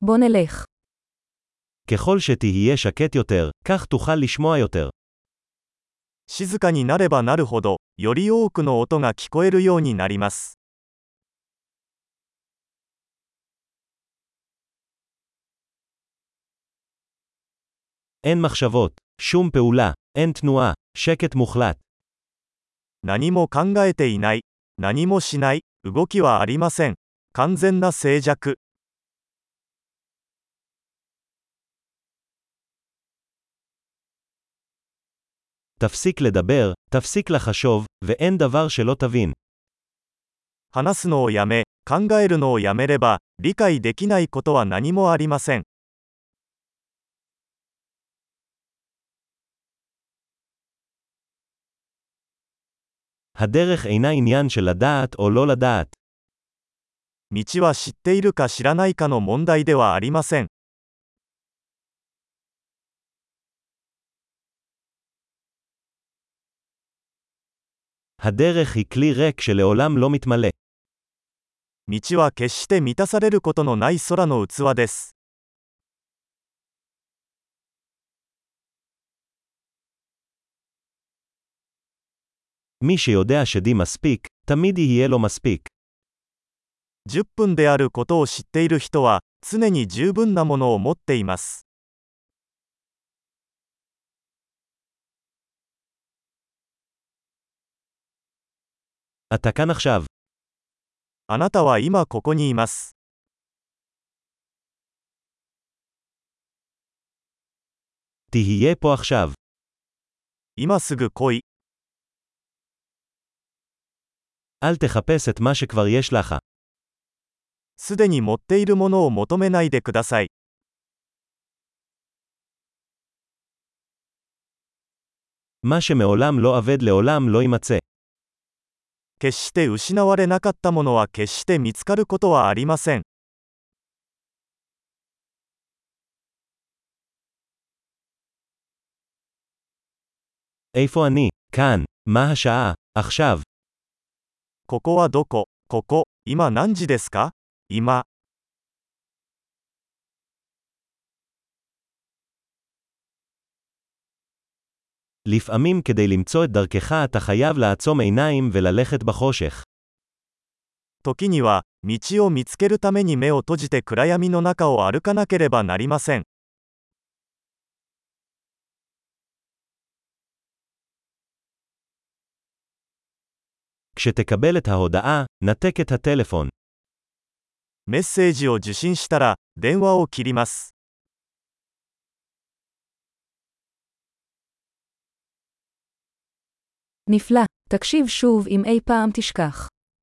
בוא נלך. ככל שתהיה שקט יותר, כך תוכל לשמוע יותר. 静かになればなるほど、より多くの音が聞こえるようになります。 אין מחשבות, שום פעולה, אין תנועה, שקט מוחלט. 何も考えていない、何もしない、動きはありません。完全な静寂。 תפסיק לדבר, תפסיק לחשוב, ואין דבר שלא תבין. 話すのをやめ、考えるのをやめれば、理解できないことは何もありません。 הדרך אינה עניין של לדעת או לא לדעת. 道は知っているか知らないかの問題ではありません。 הדרך היא כלי ריק שלעולם לא מתמלא. 道は決して満たされることのない空の器です。 מי שיודע שדי מספיק, תמיד יהיה לו מספיק. 10分であることを知っている人は、常に十分なものを持っています。 אתה כאן עכשיו. あなたは今ここにいます。 תהיה פה עכשיו. 今すぐ来い。 אל תחפש את מה שכבר יש לך. すでに持っているものを求めないでください。 מה שמעולם לא אבד לעולם לא יימצא. 決して失われなかったものは決して見つかることはありません。 איפה אני? כאן. מה השעה? עכשיו. ここはどこ？ここ、今何時ですか？今。 לפעמים כדי למצוא את דרכך אתה חייב לעצום עיניים וללכת בחושך. 時には、道を見つけるために目を閉じて暗闇の中を歩かなければなりません。 כשתקבל את ההודעה, נתק את הטלפון. メッセージを受信したら、電話を切ります。 נפלא. תקשיב שוב אם אי פעם תשכח.